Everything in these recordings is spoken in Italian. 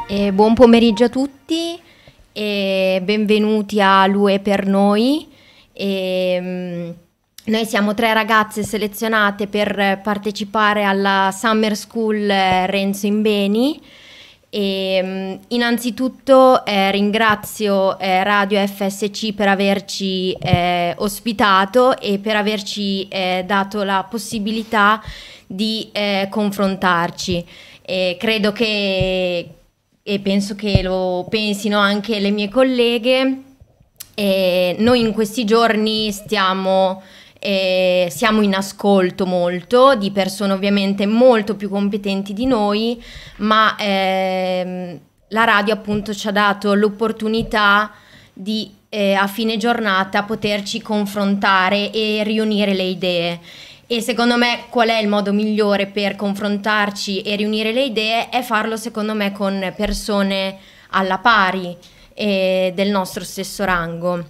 Buon pomeriggio a tutti e benvenuti a l'UE per noi. Noi siamo 3 ragazze selezionate per partecipare alla Summer School Renzo Imbeni. Innanzitutto ringrazio Radio FSC per averci ospitato e per averci dato la possibilità di confrontarci. Credo che, e penso che lo pensino anche le mie colleghe, noi in questi giorni siamo in ascolto molto di persone ovviamente molto più competenti di noi, ma la radio appunto ci ha dato l'opportunità di a fine giornata poterci confrontare e riunire le idee. E secondo me qual è il modo migliore per confrontarci e riunire le idee? È farlo secondo me con persone alla pari del nostro stesso rango.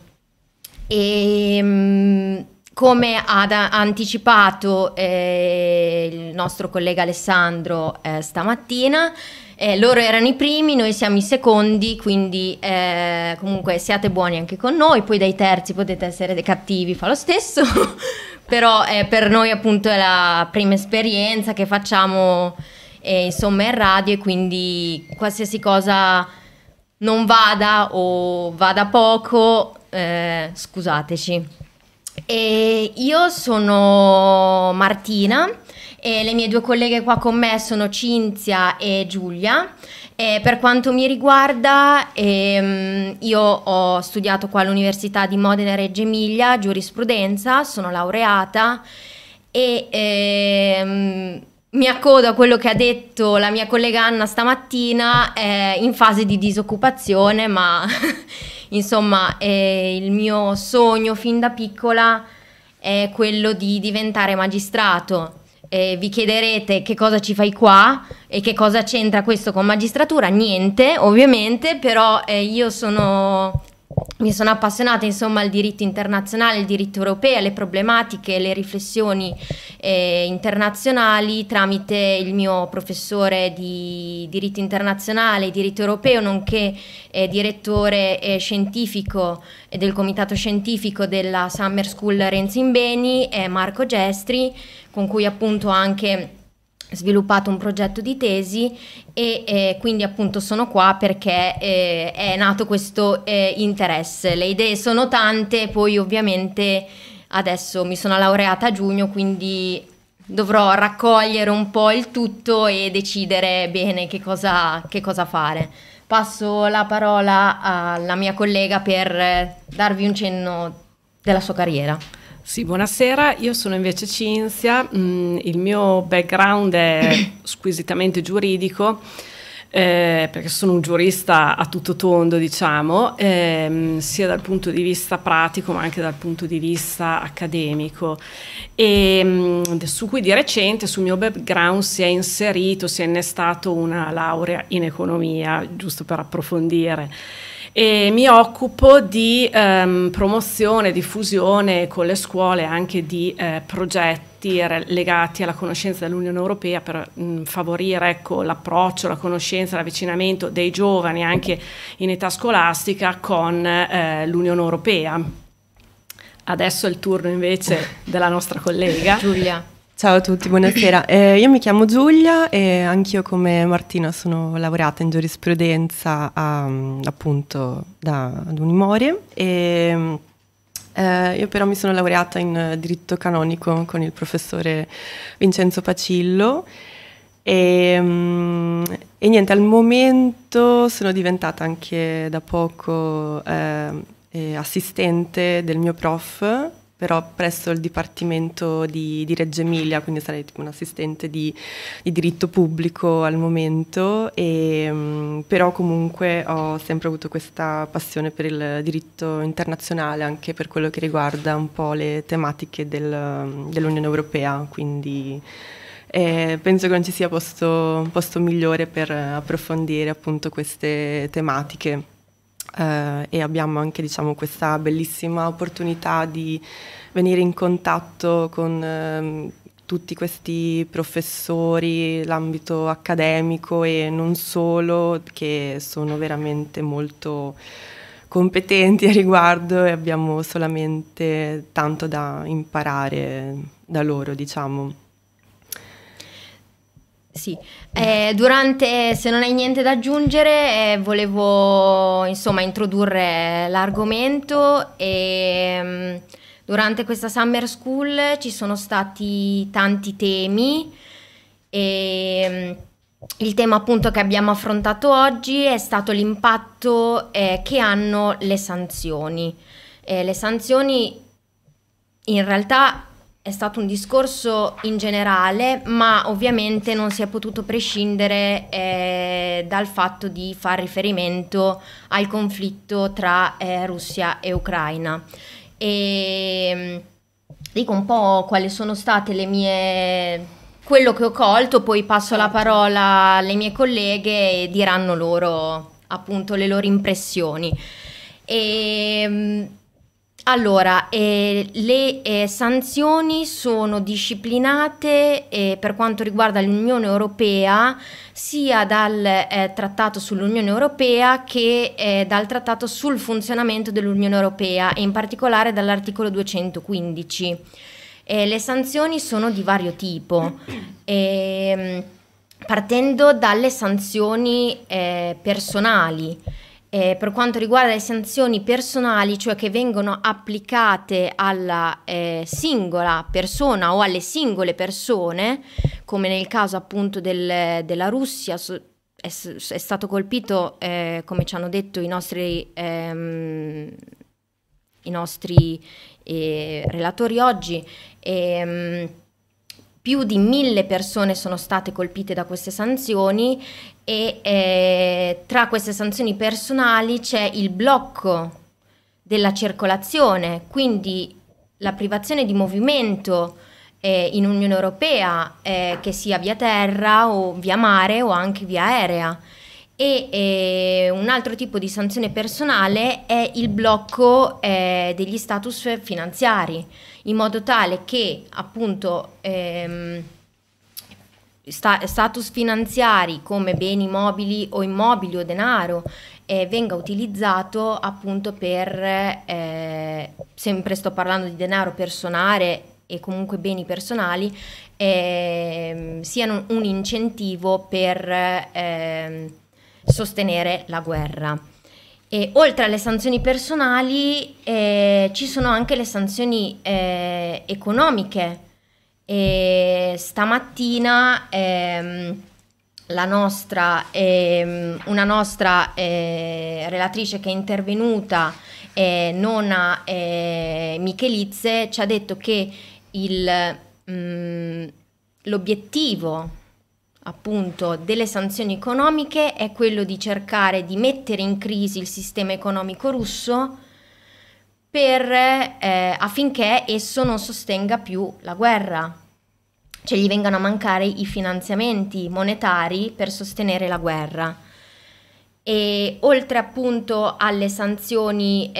Come ha anticipato il nostro collega Alessandro stamattina, loro erano i primi, noi siamo i secondi, quindi comunque siate buoni anche con noi, poi dai terzi potete essere dei cattivi, fa lo stesso, però per noi appunto è la prima esperienza che facciamo insomma in radio, e quindi qualsiasi cosa non vada o vada poco, scusateci. Io sono Martina e le mie 2 colleghe qua con me sono Cinzia e Giulia. Per quanto mi riguarda, io ho studiato qua all'Università di Modena e Reggio Emilia giurisprudenza, sono laureata e mi accodo a quello che ha detto la mia collega Anna stamattina, in fase di disoccupazione, ma insomma il mio sogno fin da piccola è quello di diventare magistrato. Vi chiederete che cosa ci fai qua e che cosa c'entra questo con magistratura? Niente, ovviamente, però mi sono appassionata insomma al diritto internazionale, al diritto europeo, alle problematiche, le riflessioni internazionali tramite il mio professore di diritto internazionale e diritto europeo, nonché direttore scientifico del comitato scientifico della Summer School Renzo Imbeni, Marco Gestri, con cui appunto ho anche sviluppato un progetto di tesi e quindi appunto sono qua perché è nato questo interesse. Le idee sono tante, poi ovviamente adesso mi sono laureata a giugno, quindi dovrò raccogliere un po' il tutto e decidere bene che cosa fare. Passo la parola alla mia collega per darvi un cenno della sua carriera. Sì, buonasera, io sono invece Cinzia, il mio background è squisitamente giuridico, perché sono un giurista a tutto tondo, diciamo, sia dal punto di vista pratico ma anche dal punto di vista accademico, e su cui di recente sul mio background si è innestato una laurea in economia, giusto per approfondire. E mi occupo di promozione, diffusione con le scuole anche di progetti legati alla conoscenza dell'Unione Europea per favorire, ecco, l'approccio, la conoscenza, l'avvicinamento dei giovani anche in età scolastica con l'Unione Europea. Adesso è il turno invece della nostra collega Giulia. Ciao a tutti, buonasera. Io mi chiamo Giulia e anch'io come Martina sono laureata in giurisprudenza appunto ad Unimore e io però mi sono laureata in diritto canonico con il professore Vincenzo Pacillo e niente, al momento sono diventata anche da poco assistente del mio prof, però presso il Dipartimento di Reggio Emilia, quindi sarei tipo un assistente di diritto pubblico al momento, però comunque ho sempre avuto questa passione per il diritto internazionale, anche per quello che riguarda un po' le tematiche dell'Unione Europea, quindi penso che non ci sia posto migliore per approfondire appunto queste tematiche. E abbiamo anche, diciamo, questa bellissima opportunità di venire in contatto con tutti questi professori, l'ambito accademico e non solo, che sono veramente molto competenti a riguardo e abbiamo solamente tanto da imparare da loro, diciamo. Sì, durante, se non hai niente da aggiungere, volevo insomma introdurre l'argomento e durante questa Summer School ci sono stati tanti temi e il tema appunto che abbiamo affrontato oggi è stato l'impatto che hanno le sanzioni. Le sanzioni in realtà è stato un discorso in generale, ma ovviamente non si è potuto prescindere dal fatto di far riferimento al conflitto tra Russia e Ucraina. E dico un po' quali sono state quello che ho colto, poi passo la parola alle mie colleghe e diranno loro appunto le loro impressioni. Allora, le sanzioni sono disciplinate per quanto riguarda l'Unione Europea sia dal Trattato sull'Unione Europea che dal Trattato sul funzionamento dell'Unione Europea e in particolare dall'articolo 215. Le sanzioni sono di vario tipo, partendo dalle sanzioni personali. Per quanto riguarda le sanzioni personali, cioè che vengono applicate alla singola persona o alle singole persone, come nel caso appunto della Russia, è stato colpito, come ci hanno detto i nostri relatori oggi, più di 1000 persone sono state colpite da queste sanzioni e tra queste sanzioni personali c'è il blocco della circolazione, quindi la privazione di movimento in Unione Europea, che sia via terra o via mare o anche via aerea. E un altro tipo di sanzione personale è il blocco degli status finanziari, in modo tale che appunto status finanziari come beni mobili o immobili o denaro venga utilizzato appunto per, sempre sto parlando di denaro personale e comunque beni personali, siano un incentivo per sostenere la guerra. E oltre alle sanzioni personali ci sono anche le sanzioni economiche. Stamattina una nostra relatrice che è intervenuta, Nonna Michelizze, ci ha detto che l'obiettivo appunto delle sanzioni economiche è quello di cercare di mettere in crisi il sistema economico russo affinché esso non sostenga più la guerra, cioè gli vengano a mancare i finanziamenti monetari per sostenere la guerra. E oltre appunto alle sanzioni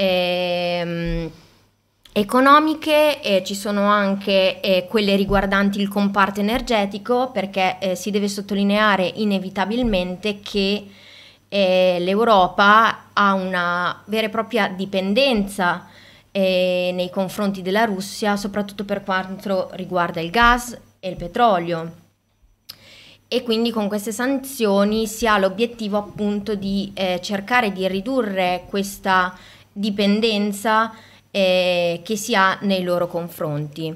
economiche ci sono anche quelle riguardanti il comparto energetico, perché si deve sottolineare inevitabilmente che l'Europa ha una vera e propria dipendenza nei confronti della Russia, soprattutto per quanto riguarda il gas e il petrolio. E quindi con queste sanzioni si ha l'obiettivo appunto di cercare di ridurre questa dipendenza che si ha nei loro confronti.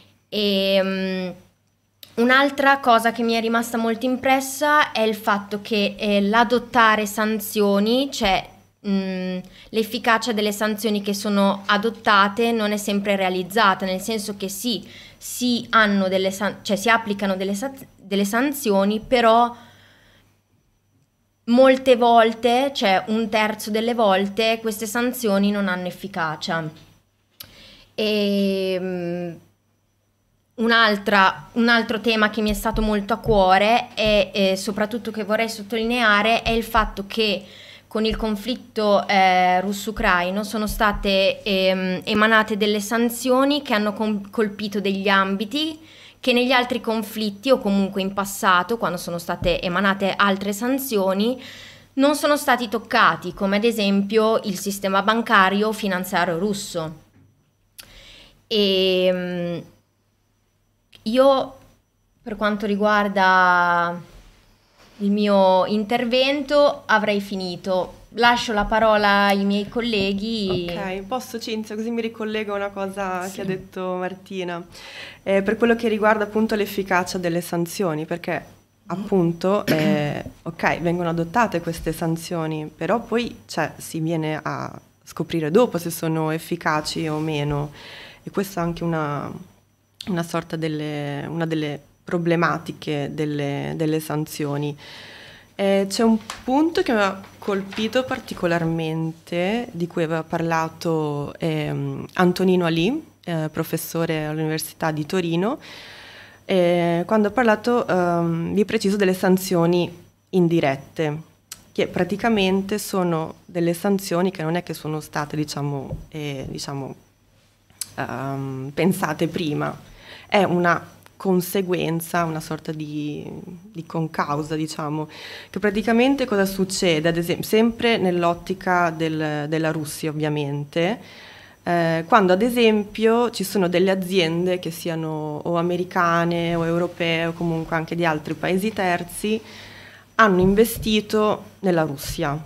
Un'altra cosa che mi è rimasta molto impressa è il fatto che l'adottare sanzioni, cioè l'efficacia delle sanzioni che sono adottate non è sempre realizzata, nel senso che sì, si applicano delle sanzioni, però molte volte, cioè un terzo delle volte, queste sanzioni non hanno efficacia. Un altro tema che mi è stato molto a cuore e soprattutto che vorrei sottolineare è il fatto che con il conflitto russo-ucraino sono state emanate delle sanzioni che hanno colpito degli ambiti che negli altri conflitti o comunque in passato, quando sono state emanate altre sanzioni, non sono stati toccati, come ad esempio il sistema bancario finanziario russo. E io, per quanto riguarda il mio intervento, avrei finito. Lascio la parola ai miei colleghi. Ok, posso Cinzia, così mi ricollego a una cosa che ha detto Martina, per quello che riguarda appunto l'efficacia delle sanzioni, perché appunto, ok, vengono adottate queste sanzioni, però poi si viene a scoprire dopo se sono efficaci o meno, e questa è anche una sorta una delle problematiche delle sanzioni. C'è un punto che mi ha colpito particolarmente, di cui aveva parlato Antonino Ali, professore all'Università di Torino, quando ha parlato di preciso delle sanzioni indirette, che praticamente sono delle sanzioni che non è che sono state pensate prima, è una conseguenza, una sorta di concausa, diciamo, che praticamente cosa succede, ad esempio, sempre nell'ottica della Russia ovviamente, quando ad esempio ci sono delle aziende che siano o americane o europee o comunque anche di altri paesi terzi, hanno investito nella Russia,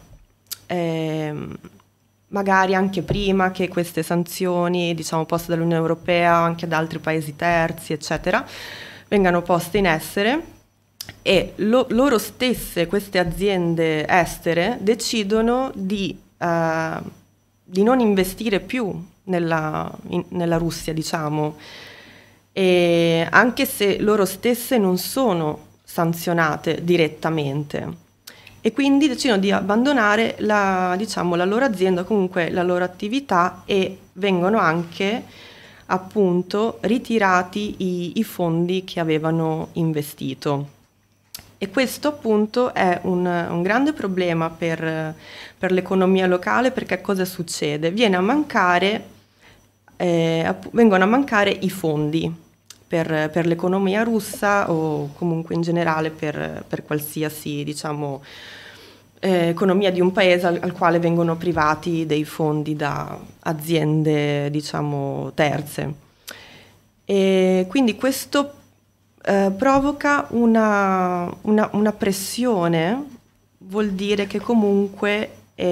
magari anche prima che queste sanzioni, diciamo, poste dall'Unione Europea o anche da altri paesi terzi, eccetera, vengano poste in essere, e loro stesse, queste aziende estere, decidono di non investire più nella Russia, diciamo, e anche se loro stesse non sono sanzionate direttamente. E quindi decidono di abbandonare la loro azienda, comunque la loro attività, e vengono anche appunto ritirati i fondi che avevano investito. E questo appunto è un grande problema per l'economia locale, perché cosa succede? Vengono a mancare i fondi per l'economia russa, o comunque in generale per qualsiasi, diciamo, economia di un paese al quale vengono privati dei fondi da aziende, diciamo, terze. E quindi questo provoca una pressione, vuol dire che comunque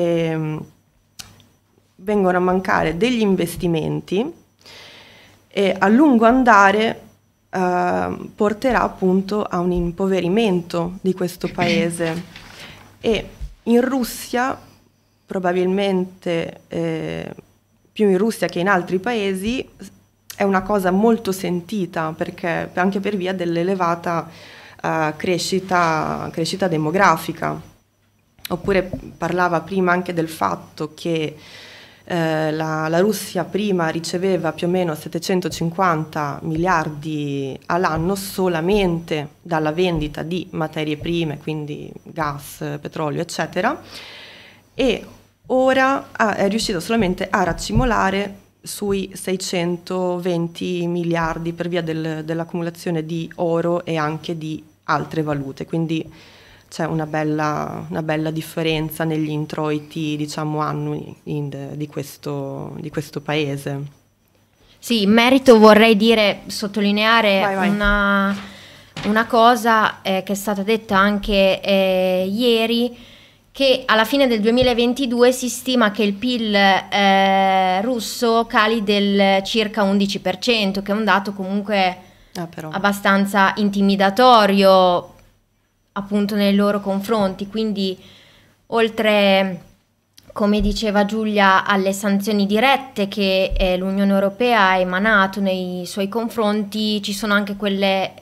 vengono a mancare degli investimenti, e a lungo andare porterà appunto a un impoverimento di questo paese. E in Russia, probabilmente più in Russia che in altri paesi, è una cosa molto sentita, perché anche per via dell'elevata crescita demografica. Oppure parlava prima anche del fatto che la Russia prima riceveva più o meno 750 miliardi all'anno solamente dalla vendita di materie prime, quindi gas, petrolio, eccetera, e ora è riuscito solamente a raccimolare sui 620 miliardi per via dell'accumulazione di oro e anche di altre valute, quindi c'è una bella differenza negli introiti, diciamo, annui di questo paese. Sì, in merito vorrei sottolineare Vai. una cosa che è stata detta anche ieri, che alla fine del 2022 si stima che il PIL russo cali del circa 11%, che è un dato comunque abbastanza intimidatorio appunto nei loro confronti. Quindi oltre, come diceva Giulia, alle sanzioni dirette che l'Unione Europea ha emanato nei suoi confronti, ci sono anche quelle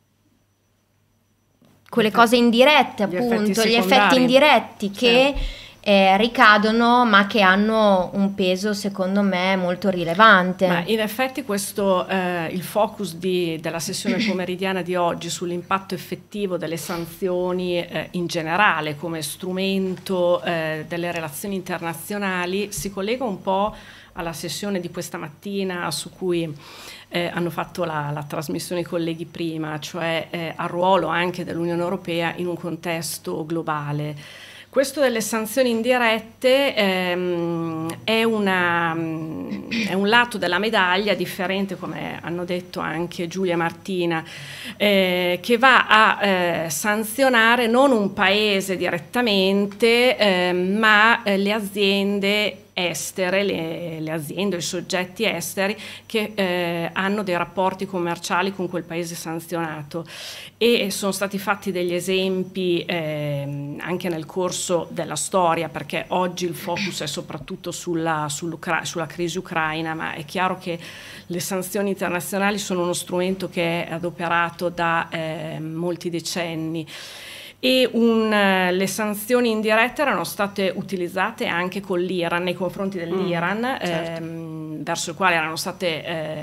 cose indirette, appunto, gli effetti indiretti che ricadono, ma che hanno un peso secondo me molto rilevante. Ma in effetti questo, il focus della sessione pomeridiana di oggi sull'impatto effettivo delle sanzioni in generale come strumento delle relazioni internazionali si collega un po' alla sessione di questa mattina su cui hanno fatto la trasmissione i colleghi prima, cioè al ruolo anche dell'Unione Europea in un contesto globale. Questo delle sanzioni indirette è un lato della medaglia differente, come hanno detto anche Giulia e Martina, che va a sanzionare non un paese direttamente, ma le aziende estere, le aziende o i soggetti esteri che hanno dei rapporti commerciali con quel paese sanzionato, e sono stati fatti degli esempi anche nel corso della storia, perché oggi il focus è soprattutto sulla crisi ucraina, ma è chiaro che le sanzioni internazionali sono uno strumento che è adoperato da molti decenni. E le sanzioni indirette erano state utilizzate anche con l'Iran, nei confronti dell'Iran, certo, verso il quale erano state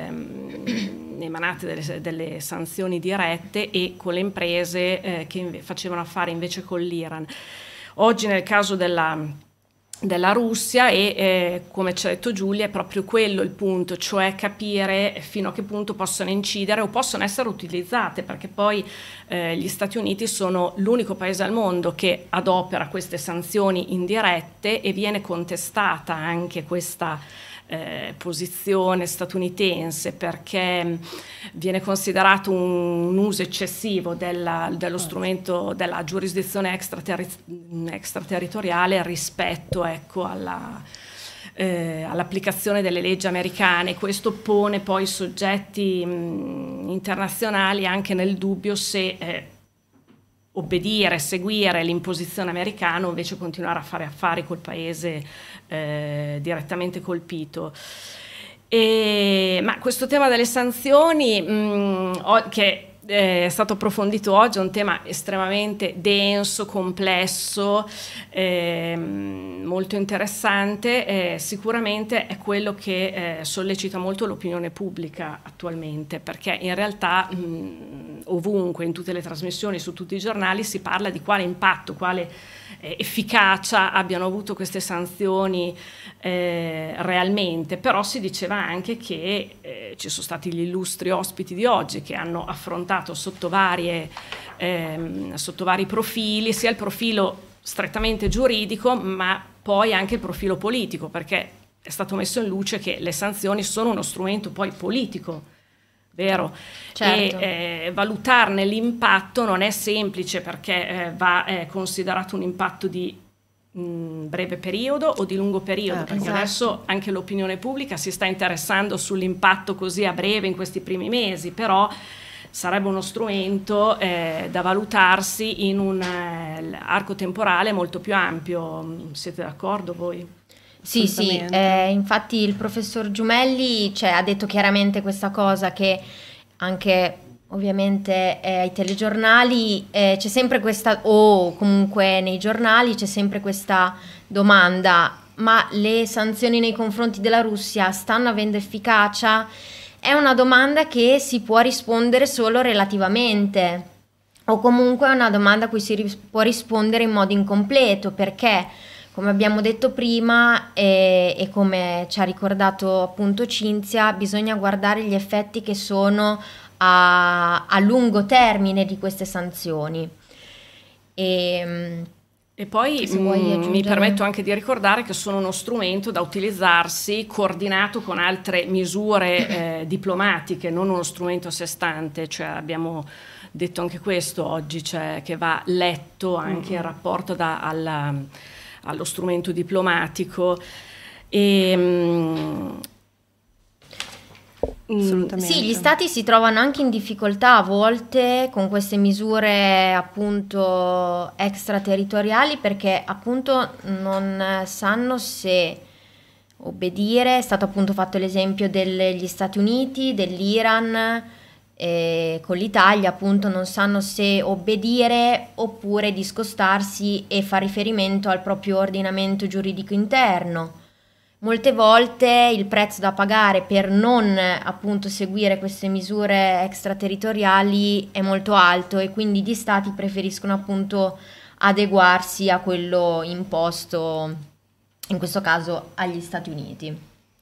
emanate delle sanzioni dirette, e con le imprese che facevano affari invece con l'Iran. Oggi nel caso della Russia, e come ci ha detto Giulia, è proprio quello il punto, cioè capire fino a che punto possono incidere o possono essere utilizzate, perché poi gli Stati Uniti sono l'unico paese al mondo che adopera queste sanzioni indirette, e viene contestata anche questa posizione statunitense, perché viene considerato un uso eccessivo dello strumento della giurisdizione extraterritoriale rispetto, ecco, all'applicazione delle leggi americane. Questo pone poi i soggetti internazionali anche nel dubbio se obbedire, seguire l'imposizione americana o invece continuare a fare affari col paese direttamente colpito. Ma questo tema delle sanzioni che è stato approfondito oggi, è un tema estremamente denso, complesso, molto interessante, sicuramente è quello che sollecita molto l'opinione pubblica attualmente, perché in realtà ovunque, in tutte le trasmissioni, su tutti i giornali si parla di quale impatto, quale efficacia abbiano avuto queste sanzioni realmente, però si diceva anche che ci sono stati gli illustri ospiti di oggi che hanno affrontato sotto vari profili, sia il profilo strettamente giuridico ma poi anche il profilo politico, perché è stato messo in luce che le sanzioni sono uno strumento poi politico, vero? Certo. E valutarne l'impatto non è semplice, perché va considerato un impatto di breve periodo o di lungo periodo, perché esatto, adesso anche l'opinione pubblica si sta interessando sull'impatto così a breve in questi primi mesi, però sarebbe uno strumento da valutarsi in un arco temporale molto più ampio. Siete d'accordo voi? Sì, sì, infatti il professor Giumelli ha detto chiaramente questa cosa, che anche ovviamente ai telegiornali c'è sempre questa, o comunque nei giornali c'è sempre questa domanda: ma le sanzioni nei confronti della Russia stanno avendo efficacia? È una domanda che si può rispondere solo relativamente, o comunque è una domanda a cui si può rispondere in modo incompleto, perché come abbiamo detto prima e come ci ha ricordato appunto Cinzia, bisogna guardare gli effetti che sono a lungo termine di queste sanzioni. E poi mi permetto anche di ricordare che sono uno strumento da utilizzarsi coordinato con altre misure diplomatiche, non uno strumento a sé stante, cioè abbiamo detto anche questo oggi, cioè che va letto anche in rapporto allo strumento diplomatico. Assolutamente. Sì, gli stati si trovano anche in difficoltà a volte con queste misure appunto extraterritoriali, perché appunto non sanno se obbedire. È stato appunto fatto l'esempio degli Stati Uniti, dell'Iran, con l'Italia, appunto non sanno se obbedire oppure discostarsi e far riferimento al proprio ordinamento giuridico interno. Molte volte il prezzo da pagare per non appunto seguire queste misure extraterritoriali è molto alto e quindi gli stati preferiscono appunto adeguarsi a quello imposto, in questo caso agli Stati Uniti.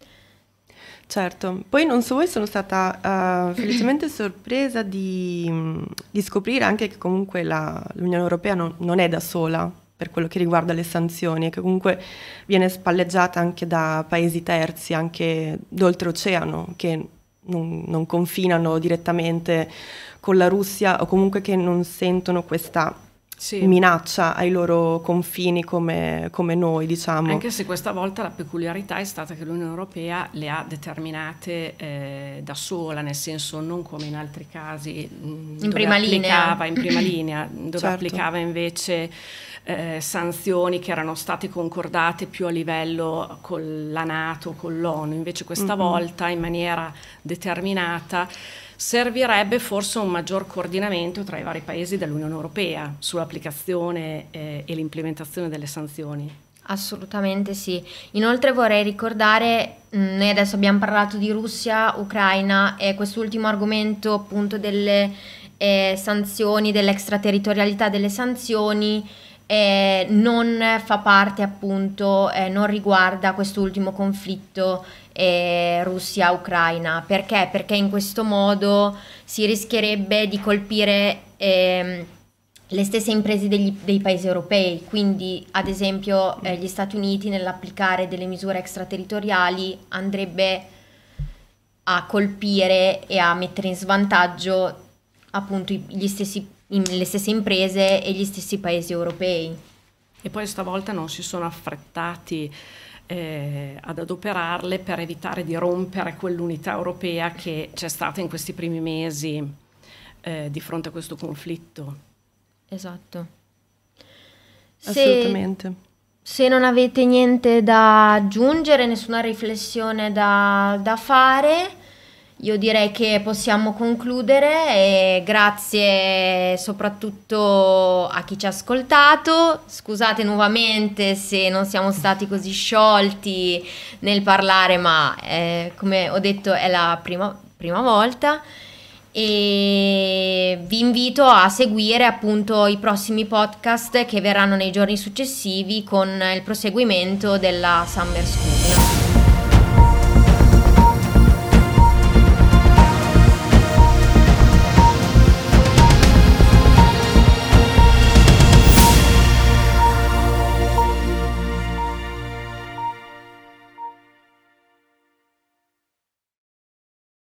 Certo, poi non so voi, sono stata felicemente sorpresa di scoprire anche che comunque l'Unione Europea non è da sola per quello che riguarda le sanzioni, e che comunque viene spalleggiata anche da paesi terzi, anche d'oltreoceano, che non confinano direttamente con la Russia o comunque che non sentono questa minaccia ai loro confini come noi, diciamo. Anche se questa volta la peculiarità è stata che l'Unione Europea le ha determinate da sola, nel senso non come in altri casi in prima linea, dove certo. applicava invece sanzioni che erano state concordate più a livello con la NATO, con l'ONU. Invece questa volta in maniera determinata servirebbe forse un maggior coordinamento tra i vari paesi dell'Unione Europea sull'applicazione e l'implementazione delle sanzioni. Assolutamente sì. Inoltre vorrei ricordare, noi adesso abbiamo parlato di Russia, Ucraina e quest'ultimo argomento appunto delle sanzioni, dell'extraterritorialità delle sanzioni non fa parte appunto, non riguarda quest'ultimo conflitto Russia-Ucraina. Perché? Perché in questo modo si rischierebbe di colpire le stesse imprese dei paesi europei, quindi ad esempio gli Stati Uniti nell'applicare delle misure extraterritoriali andrebbe a colpire e a mettere in svantaggio appunto le stesse imprese e gli stessi paesi europei. E poi stavolta non si sono affrettati ad adoperarle per evitare di rompere quell'unità europea che c'è stata in questi primi mesi di fronte a questo conflitto. Esatto. Assolutamente. Se non avete niente da aggiungere, nessuna riflessione da fare, io direi che possiamo concludere e grazie soprattutto a chi ci ha ascoltato. Scusate nuovamente se non siamo stati così sciolti nel parlare, ma come ho detto è la prima volta. E vi invito a seguire appunto i prossimi podcast che verranno nei giorni successivi con il proseguimento della Summer School.